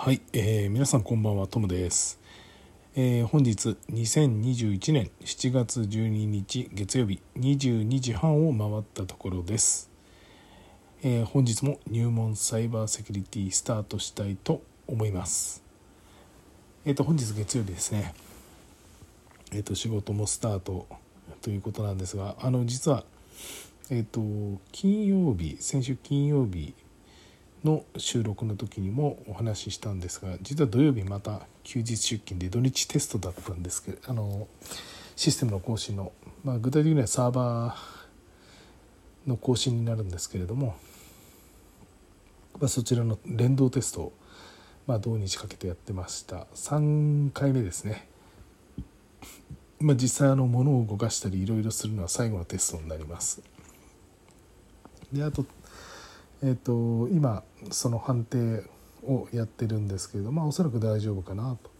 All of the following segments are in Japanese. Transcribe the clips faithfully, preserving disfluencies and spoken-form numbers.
はい、えー皆さんこんばんは、トムです。えー本日にせんにじゅういちねんしちがつじゅうににち月曜日にじゅうにじはんを回ったところです。えー本日も入門サイバーセキュリティスタートしたいと思います。えーと本日月曜日ですね。えーと仕事もスタートということなんですが、あの実はえーと金曜日先週金曜日の収録の時にもお話ししたんですが、実は土曜日また休日出勤で土日テストだったんですけど、あのシステムの更新の、まあ、具体的にはサーバーの更新になるんですけれども、まあ、そちらの連動テストを、まあ、同日かけてやってました。さんかいめですね。まあ、実際あの物を動かしたりいろいろするのは最後のテストになります。であとえー、と今その判定をやってるんですけれども、まあ、おそらく大丈夫かなと。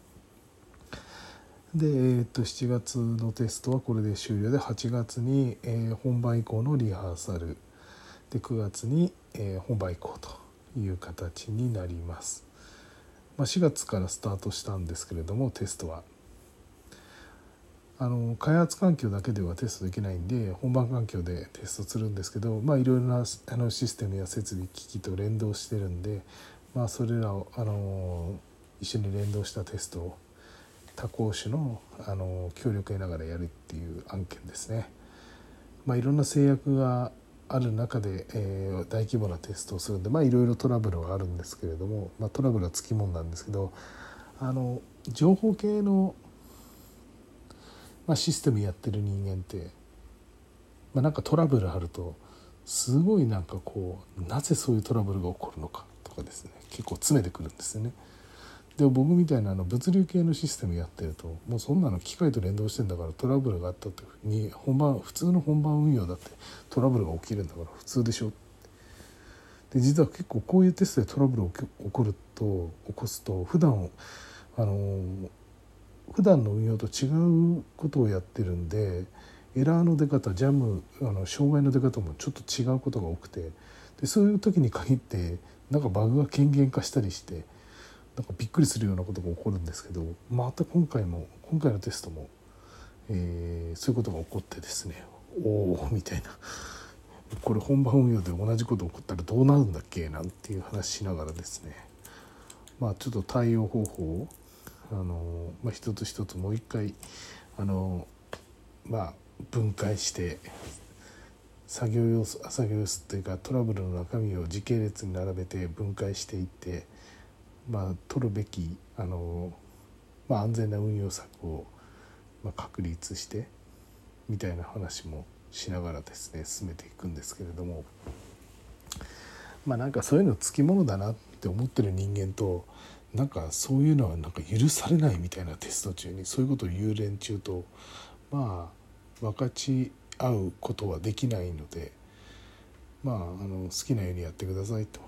で、えー、としちがつのテストはこれで終了で、はちがつに、えー本番以降のリハーサルで、くがつに、えー本番以降という形になります。まあ、しがつからスタートしたんですけれども、テストはあの開発環境だけではテストできないんで、本番環境でテストするんですけど、まあ、いろいろなあのシステムや設備機器と連動してるんで、まあ、それらをあの一緒に連動したテストを他講師のあの協力を得ながらやるっていう案件ですね。まあ、いろんな制約がある中で、えー、大規模なテストをするんで、まあ、いろいろトラブルはあるんですけれども、まあ、トラブルはつきもんなんですけど、あの情報系のまあ、システムやってる人間って、まあ、なんかトラブルあるとすごいなんかこうなぜそういうトラブルが起こるのかとかですね、結構詰めてくるんですよね。でも僕みたいなあの物流系のシステムやってると、もうそんなの機械と連動してんだから、トラブルがあったってふうに本番普通の本番運用だってトラブルが起きるんだから普通でしょ。で実は結構こういうテストでトラブルを起こると起こすと普段あの普段の運用と違うことをやってるんで、エラーの出方、ジャムあの障害の出方もちょっと違うことが多くて、でそういう時に限ってなんかバグが軽減化したりして、なんかびっくりするようなことが起こるんですけど、また今回も今回のテストも、えー、そういうことが起こってですね、おおみたいな、これ本番運用で同じこと起こったらどうなるんだっけなんていう話しながらですね、まあちょっと対応方法をあの、まあ、一つ一つもう一回あの、まあ、分解して作業用作業用というかトラブルの中身を時系列に並べて分解していって、まあ、取るべきあの、まあ、安全な運用策を、まあ、確立してみたいな話もしながらですね進めていくんですけれども、まあなんかそういうのつきものだなって思ってる人間と、なんかそういうのはなんか許されないみたいなテスト中にそういうことを言う連中と、まあ分かち合うことはできないので、まああの好きなようにやってくださいと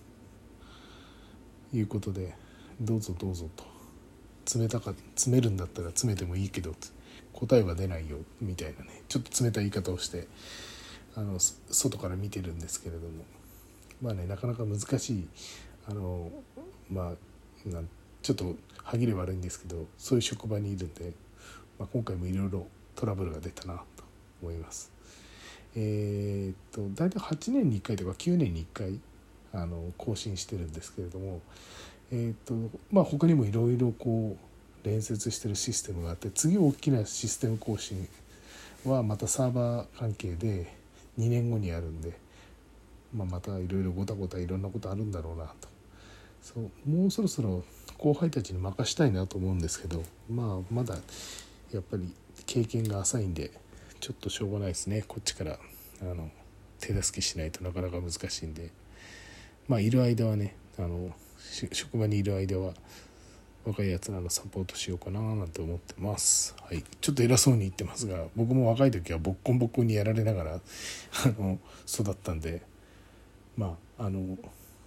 いうことで、どうぞどうぞと、詰めたか詰めるんだったら詰めてもいいけど答えは出ないよみたいなね、ちょっと冷たい言い方をしてあの外から見てるんですけれども、まあね、なかなか難しいあのまあなんちょっと歯切れ悪いんですけど、そういう職場にいるんで、まあ、今回もいろいろトラブルが出たなと思います。えー、っと大体はちねんにいっかいとかきゅうねんにいっかいあの更新してるんですけれども、えー、っとまあ他にもいろいろこう連接してるシステムがあって、次大きなシステム更新はまたサーバー関係でにねんごにあるんで、まあ、またいろいろごたごたいろんなことあるんだろうなと。そうもうそろそろ後輩たちに任したいなと思うんですけど、まあまだやっぱり経験が浅いんでちょっとしょうがないですね。こっちからあの手助けしないとなかなか難しいんで、まあいる間はね、あの職場にいる間は若いやつらのサポートしようかななんて思ってます。はい、ちょっと偉そうに言ってますが、僕も若い時はボッコンボッコンにやられながらあの育ったんで、まああの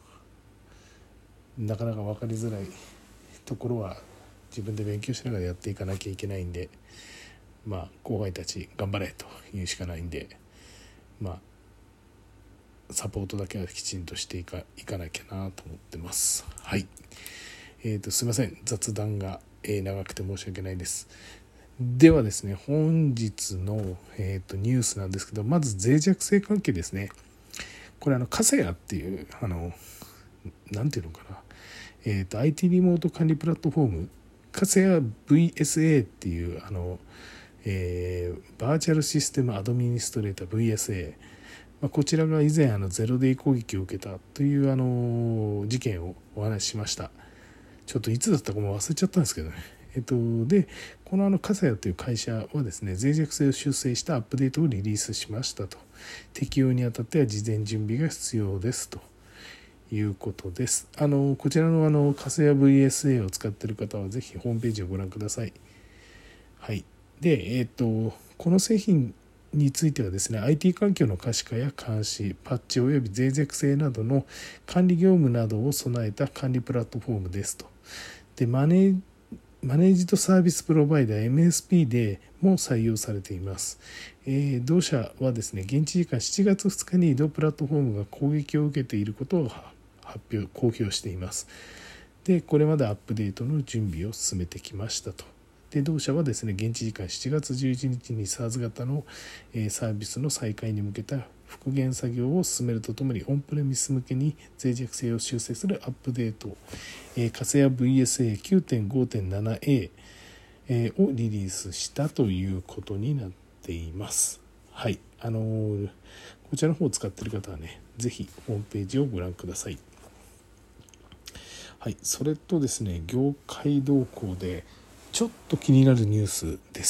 なかなか分かりづらいところは自分で勉強しながらやっていかなきゃいけないんで、まあ後輩たち頑張れというしかないんで、まあサポートだけはきちんとしていかいかなきゃなと思ってます。はい、えーと、すいません、雑談が、えー、長くて申し訳ないです。ではですね、本日の、えーと、ニュースなんですけど、まず脆弱性関係ですね。これあのカセヤっていうあのなんていうのかな、えーと アイティー リモート管理プラットフォームカセヤ ブイエスエー っていうあの、えー、バーチャルシステムアドミニストレーター ブイエスエー、まあ、こちらが以前あのゼロデイ攻撃を受けたというあの事件をお話ししました。ちょっといつだったかも忘れちゃったんですけどね。えっと、でこのあのカセヤという会社はですね、脆弱性を修正したアップデートをリリースしましたと。適用にあたっては事前準備が必要ですということです。あのこちらのあのカセヤ ブイエスエー を使っている方はぜひホームページをご覧ください。はい。で、えっとこの製品についてはですね、 アイティー 環境の可視化や監視、パッチおよび脆弱性などの管理業務などを備えた管理プラットフォームですと。で、マネーマネージドサービスプロバイダー エムエスピー でも採用されています。えー、同社はですね、現地時間しちがつふつかに同プラットフォームが攻撃を受けていることを発表公表しています。で、これまでアップデートの準備を進めてきましたと。で、同社はですね、現地時間しちがつじゅういちにちに SARS 型のサービスの再開に向けた復元作業を進めるとともに、オンプレミス向けに脆弱性を修正するアップデート、カセヤ ブイエスエーきゅうてんごてんななエー をリリースしたということになっています。はい、あのー、こちらの方を使っている方はね、ぜひホームページをご覧ください。はい、それとですね、業界動向でちょっと気になるニュースです。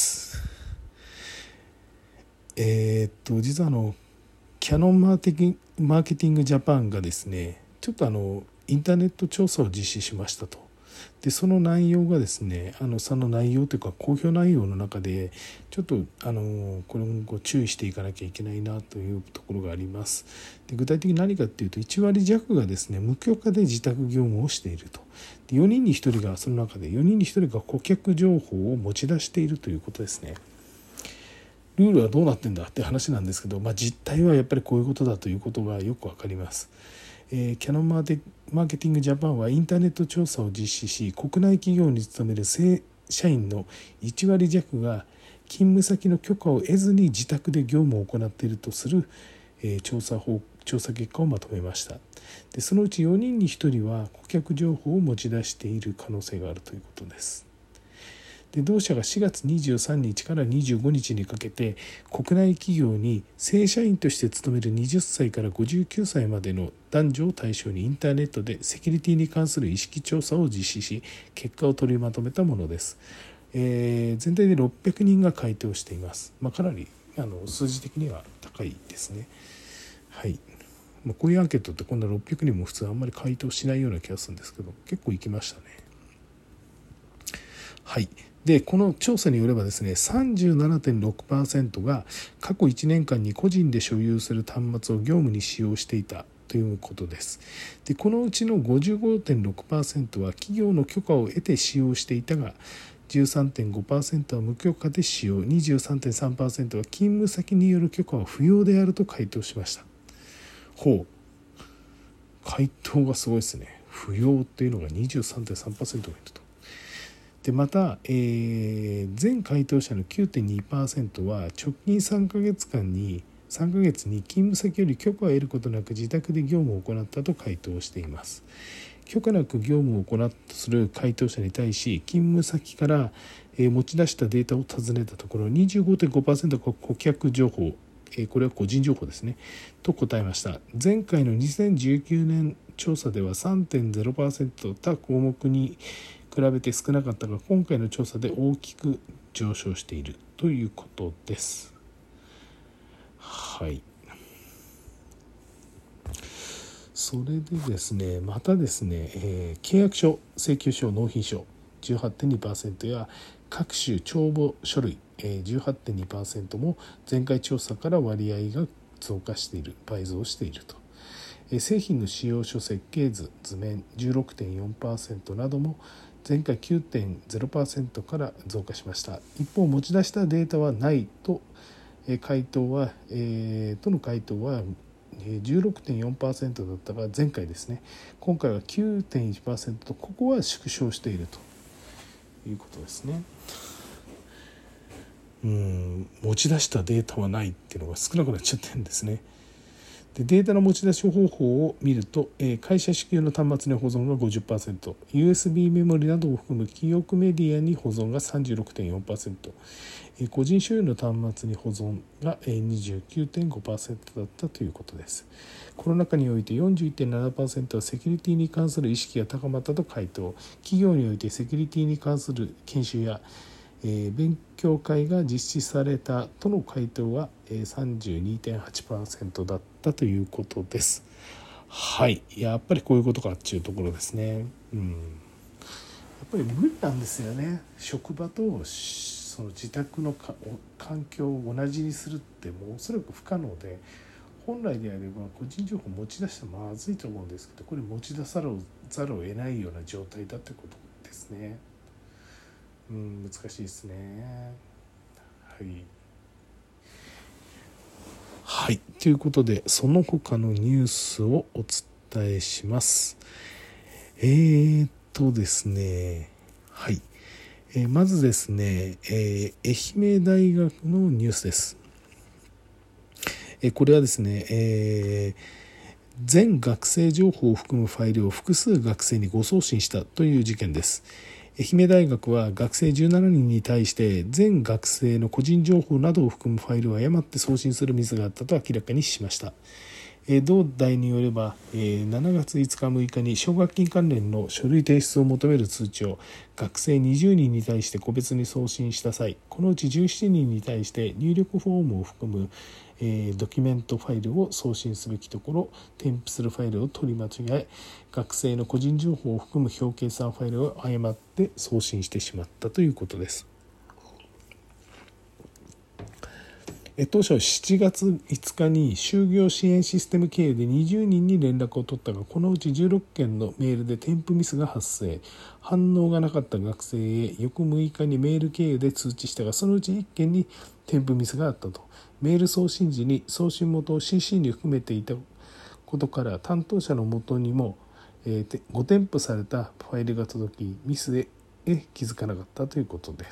えー、っと実はあのキヤノンマーケティングジャパンがですね、ちょっとあのインターネット調査を実施しましたと。で、その内容がですね、あのその内容というか公表内容の中でちょっとあのこれも注意していかなきゃいけないなというところがあります。で、具体的に何かっていうと、いちわりじゃくがですね無許可で自宅業務をしていると。で、よにんにひとりがその中でよにんにひとりが顧客情報を持ち出しているということですね。ルールはどうなってんだって話なんですけど、まあ、実態はやっぱりこういうことだということがよくわかります。えー、キヤノンマーケマーケティングジャパンはインターネット調査を実施し、国内企業に勤める正社員のいちわりじゃくが勤務先の許可を得ずに自宅で業務を行っているとする、えー、調査法調査結果をまとめました。で、そのうちよにんにひとりは顧客情報を持ち出している可能性があるということです。で、同社がしがつにじゅうさんにちからにじゅうごにちにかけて国内企業に正社員として勤めるはたちからごじゅうきゅうさいまでの男女を対象にインターネットでセキュリティに関する意識調査を実施し、結果を取りまとめたものです。えー、全体でろっぴゃくにんが回答しています。まあ、かなりあの数字的には高いですね。はい。まあ、こういうアンケートってこんなろっぴゃくにんも普通あんまり回答しないような気がするんですけど、結構いきましたね。はい。で、この調査によればですね、さんじゅうななてんろくパーセント が過去いちねんかんに個人で所有する端末を業務に使用していたということです。で、このうちの ごじゅうごてんろくパーセント は企業の許可を得て使用していたが、じゅうさんてんごパーセント は無許可で使用、にじゅうさんてんさんパーセント は勤務先による許可は不要であると回答しました。ほう。回答がすごいですね。不要っていうのが にじゅうさんてんさんパーセント がいると。で、また、えー、全回答者の きゅうてんにパーセント は直近さんかげつかんにさんかげつに勤務先より許可を得ることなく自宅で業務を行ったと回答しています。許可なく業務を行ったとする回答者に対し、勤務先から持ち出したデータを尋ねたところ にじゅうごてんごパーセント が顧客情報、これは個人情報ですね、と答えました。前回のにせんじゅうきゅうねん調査では さんてんゼロパーセント 他項目に比べて少なかったが、今回の調査で大きく上昇しているということです。はい。それでですね、またですね、えー、契約書、請求書、納品書 じゅうはちてんにパーセント や各種帳簿書類、えー、じゅうはちてんにパーセント も前回調査から割合が増加している、倍増していると。えー、製品の使用書設計図、図面 じゅうろくてんよんパーセント なども前回 きゅうてんゼロパーセント から増加しました。一方、持ち出したデータはないと回答は、えー、との回答はじゅうろくてんよんパーセント だったが前回ですね。今回は きゅうてんいちパーセント とここは縮小しているということですね。うん持ち出したデータはないっていうのが少なくなっちゃってるんですね。でデータの持ち出し方法を見ると、えー、会社支給の端末に保存が ごじゅっパーセント、 ユーエスビー メモリなどを含む記憶メディアに保存が さんじゅうろくてんよんパーセント、えー、個人所有の端末に保存が、えー、にじゅうきゅうてんごパーセント だったということです。この中において よんじゅういってんななパーセント はセキュリティに関する意識が高まったと回答。企業においてセキュリティに関する研修やえー、勉強会が実施されたとの回答は、えー、さんじゅうにてんはちパーセント だったということです。はい、やっぱりこういうことかっていうところですね。うん、やっぱり無理なんですよね。職場とその自宅のか環境を同じにするってもうおそらく不可能で、本来であれば個人情報持ち出したらまずいと思うんですけど、これ持ち出さざるを得ないような状態だってことですね。うん、難しいですね。はい。はい。ということで、その他のニュースをお伝えします。えーっとですね、はい。えー、まずですね、えー、愛媛大学のニュースです。えー、これはですね、えー、全学生情報を含むファイルを複数学生に誤送信したという事件です。愛媛大学は学生じゅうななにんに対して全学生の個人情報などを含むファイルを誤って送信するミスがあったと明らかにしました。同大によればしちがついつかむいかに奨学金関連の書類提出を求める通知を学生にじゅうにんに対して個別に送信した際、このうちじゅうななにんに対して入力フォームを含むドキュメントファイルを送信すべきところ、添付するファイルを取り間違え、学生の個人情報を含む表計算ファイルを誤って送信してしまったということです。当初しちがついつかに就業支援システム経由でにじゅうにんに連絡を取ったが、このうちじゅうろっけんのメールで添付ミスが発生。反応がなかった学生へ翌むいかにメール経由で通知したが、そのうちいっけんに添付ミスがあったと。メール送信時に送信元を シーシー に含めていたことから、担当者の元にもご添付されたファイルが届き、ミスへ気づかなかったということです。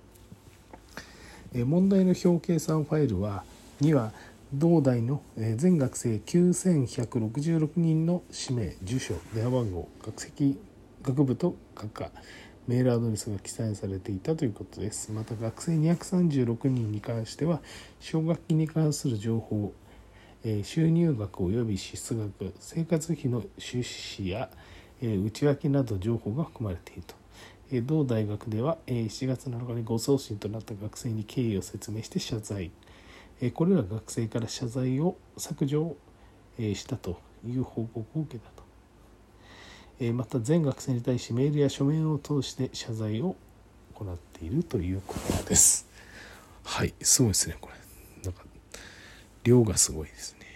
問題の表計算ファイルはには同大の全学生きゅうせんひゃくろくじゅうろくにんの氏名、住所、電話番号、学籍、学部と学科、メールアドレスが記載されていたということです。また学生にひゃくさんじゅうろくにんに関しては奨学金に関する情報、収入額及び支出額、生活費の収支や内訳など情報が含まれていると。同大学ではしちがつなのかに誤送信となった学生に経緯を説明して謝罪。これら学生から謝罪を削除したという報告を受けたと。また全学生に対しメールや書面を通して謝罪を行っているということです。はい、すごいですね。これなんか量がすごいですね。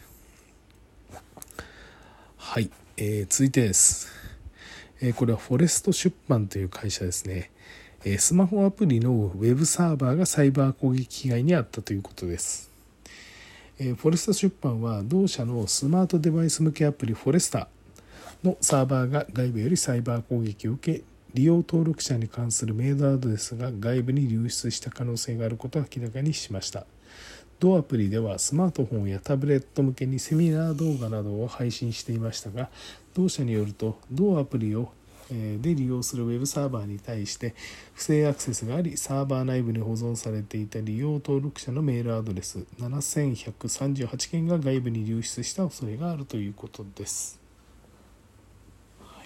はい、えー、続いてです。これはフォレスト出版という会社ですね。スマホアプリのウェブサーバーがサイバー攻撃被害に遭ったということです。フォレスト出版は同社のスマートデバイス向けアプリフォレスタのサーバーが外部よりサイバー攻撃を受け、利用登録者に関するメールアドレスが外部に流出した可能性があることを明らかにしました。同アプリではスマートフォンやタブレット向けにセミナー動画などを配信していましたが、同社によると同アプリをで利用するウェブサーバーに対して不正アクセスがあり、サーバー内部に保存されていた利用登録者のメールアドレスななせんひゃくさんじゅうはちけんが外部に流出した恐れがあるということです。はい、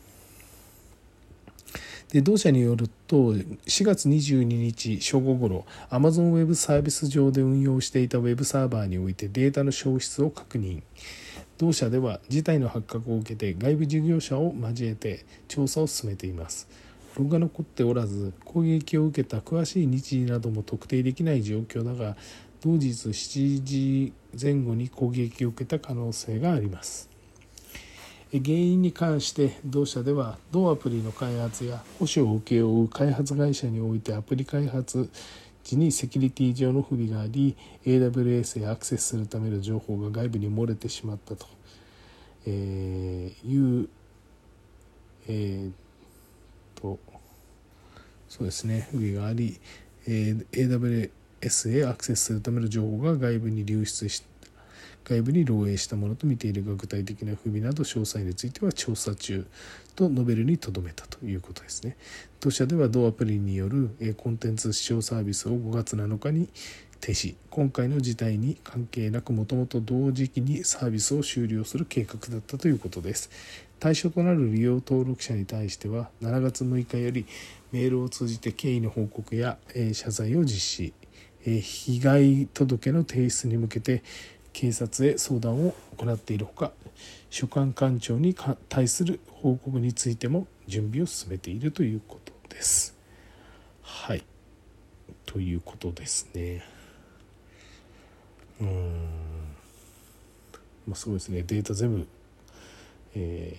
で同社によるとしがつにじゅうににち正午ごろ、 Amazon ウェブサービス上で運用していたウェブサーバーにおいてデータの消失を確認。同社では事態の発覚を受けて外部事業者を交えて調査を進めています。ログが残っておらず、攻撃を受けた詳しい日時なども特定できない状況だが、同日しちじぜん後に攻撃を受けた可能性があります。原因に関して同社では同アプリの開発や保守を請け負う開発会社においてアプリ開発時にセキュリティ上の不備があり エーダブリューエス へアクセスするための情報が外部に漏れてしまったと、えー、いう、えー、とそうですね不備があり、えー、エーダブリューエス へアクセスするための情報が外部に流出し外部に漏洩したものと見ているが具体的な不備など詳細については調査中と述べるにとどめたということですね。同社では同アプリによるコンテンツ視聴サービスをごがつなのかに停止。今回の事態に関係なくもともと同時期にサービスを終了する計画だったということです。対象となる利用登録者に対してはしちがつむいかよりメールを通じて経緯の報告や謝罪を実施、被害届の提出に向けて警察へ相談を行っているほか、所管官庁に対する報告についても準備を進めているということです。はい、ということですね。うーん、まあ、すごいですね。データ全部、え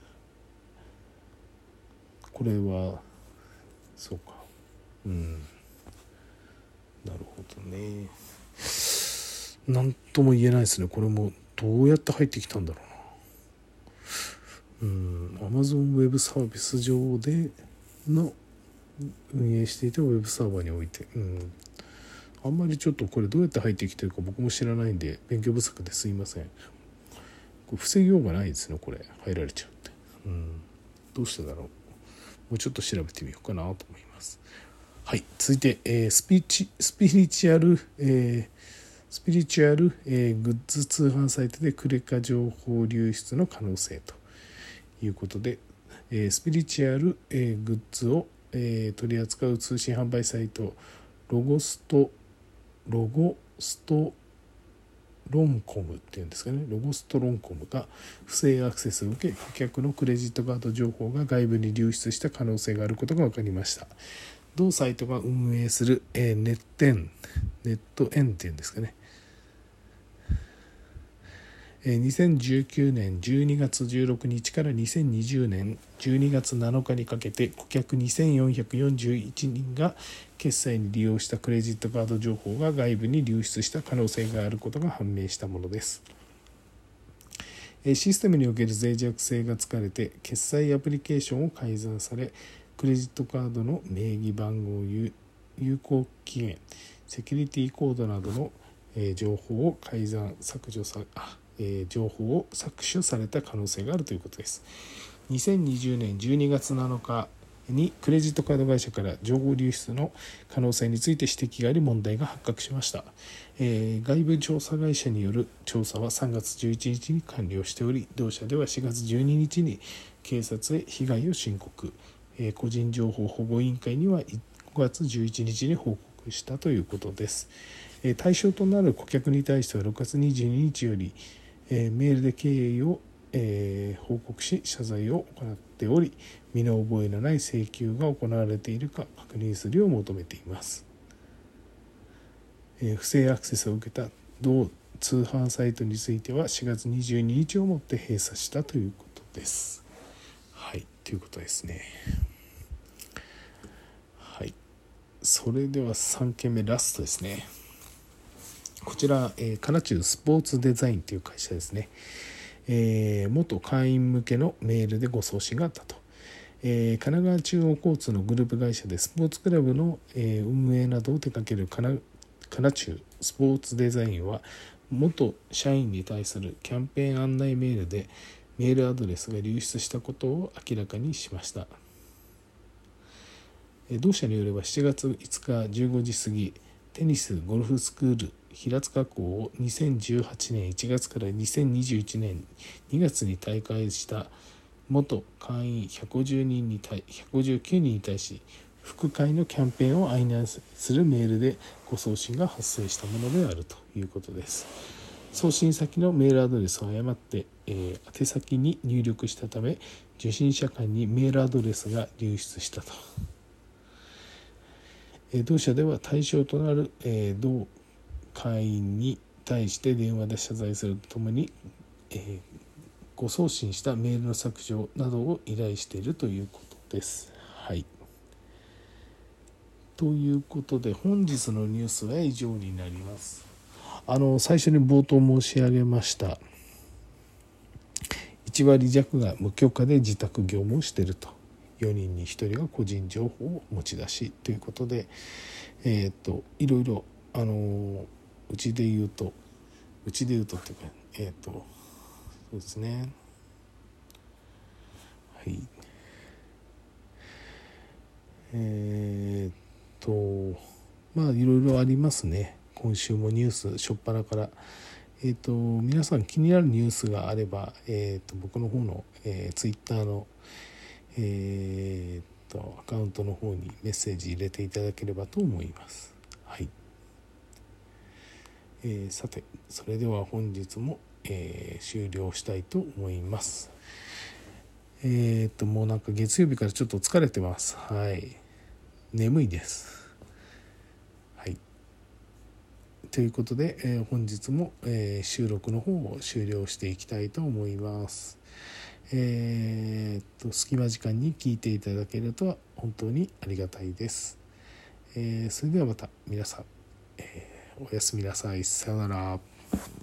ー、これはそうか、うん、なるほどね。なんとも言えないですね。これもどうやって入ってきたんだろうな。うん、Amazon Web サービス上での運営していたウェブサーバーにおいて、うん、あんまりちょっとこれどうやって入ってきてるか僕も知らないんで勉強不足ですいません。これ防ぎようがないですね。これ入られちゃうって、うん、どうしてだろう。もうちょっと調べてみようかなと思います。はい、続いて、えー、スピリチスピリチュアル、えースピリチュアル、えー、グッズ通販サイトでクレカ情報流出の可能性ということで、えー、スピリチュアル、えー、グッズを、えー、取り扱う通信販売サイトロゴストロゴストロンコムっていうんですかね、ロゴストロンコムが不正アクセスを受け顧客のクレジットカード情報が外部に流出した可能性があることが分かりました。同サイトが運営する、えー、ネットエンネットエンっていうんですかね、にせんじゅうきゅうねんじゅうにがつじゅうろくにちからにせんにじゅうねんじゅうにがつなのかにかけて顧客にせんよんひゃくよんじゅういちにんが決済に利用したクレジットカード情報が外部に流出した可能性があることが判明したものです。システムにおける脆弱性が突かれて決済アプリケーションを改ざんされ、クレジットカードの名義番号、有効期限、セキュリティコードなどの情報を改ざん削除されあ情報を搾取された可能性があるということです。にせんにじゅうねんじゅうにがつなのかにクレジットカード会社から情報流出の可能性について指摘があり問題が発覚しました。えー、外部調査会社による調査はさんがつじゅういちにちに完了しており、同社ではしがつじゅうににちに警察へ被害を申告、えー、個人情報保護委員会にはごがつじゅういちにちに報告したということです。えー、対象となる顧客に対してはろくがつにじゅうににちよりメールで経緯を、えー、報告し謝罪を行っており、身の覚えのない請求が行われているか確認するよう求めています。えー、不正アクセスを受けた同通販サイトについてはしがつにじゅうににちをもって閉鎖したということです。はい、ということですね。はい、それではさんけんめラストですね。こちら、えー、カナチュースポーツデザインという会社ですね。えー、元会員向けのメールでご送信があったと。えー、神奈川中央交通のグループ会社でスポーツクラブの、えー、運営などを手掛けるカナカナチュースポーツデザインは元社員に対するキャンペーン案内メールでメールアドレスが流出したことを明らかにしました。えー、同社によればしちがついつかじゅうごじ過ぎ、テニスゴルフスクール平塚校をにせんじゅうはちねんいちがつからにせんにじゅういちねんにがつに大会した元会員ひゃくごじゅうにんに対ひゃくごじゅうきゅうにんに対し副会のキャンペーンを案内するメールでご送信が発生したものであるということです。送信先のメールアドレスを誤って、えー、宛先に入力したため受信者間にメールアドレスが流出したと。同社では対象となる同会員に対して電話で謝罪するとともに、えー、ご送信したメールの削除などを依頼しているということです。はい。 ということで本日のニュースは以上になります。あの最初に冒頭申し上げましたいちわりじゃくが無許可で自宅業務をしていると、よにんにひとりが個人情報を持ち出しということで、えー、っといろいろあのうちで言うとうちで言うとっていうかえー、っとそうですねはいえー、っとまあいろいろありますね。今週もニュース初っ端からえー、と皆さん気になるニュースがあれば、えー、と僕の方の、えー、ツイッターの、えー、とアカウントの方にメッセージ入れていただければと思います。はい、えー、さてそれでは本日も、えー、終了したいと思います。えっ、ともうなんか月曜日からちょっと疲れてます。はい、眠いです。はい。ということで、えー、本日も、えー、収録の方を終了していきたいと思います。えー、っと隙間時間に聞いていただけると本当にありがたいです。えー、それではまた皆さん、えー、おやすみなさい。さようなら。